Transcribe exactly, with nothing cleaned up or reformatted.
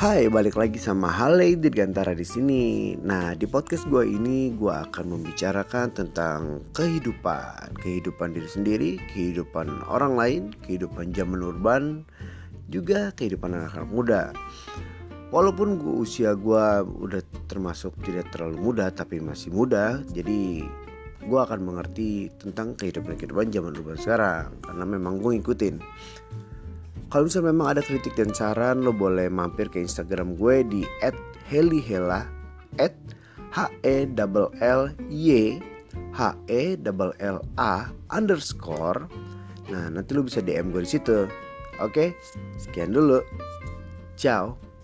Hai, balik lagi sama Hale Dirgantara di sini. Nah, di podcast gue ini gue akan membicarakan tentang kehidupan, kehidupan diri sendiri, kehidupan orang lain, kehidupan zaman urban, juga kehidupan anak-anak muda. Walaupun gua, usia gue udah termasuk tidak terlalu muda, tapi masih muda, jadi gue akan mengerti tentang kehidupan-kehidupan zaman urban sekarang, karena memang gue ngikutin. Kalau misalnya memang ada kritik dan saran, lo boleh mampir ke Instagram gue di et helihela et h e l l y h e l l a underscore. Nah, nanti lo bisa D M gue di situ. Oke, sekian dulu. Ciao.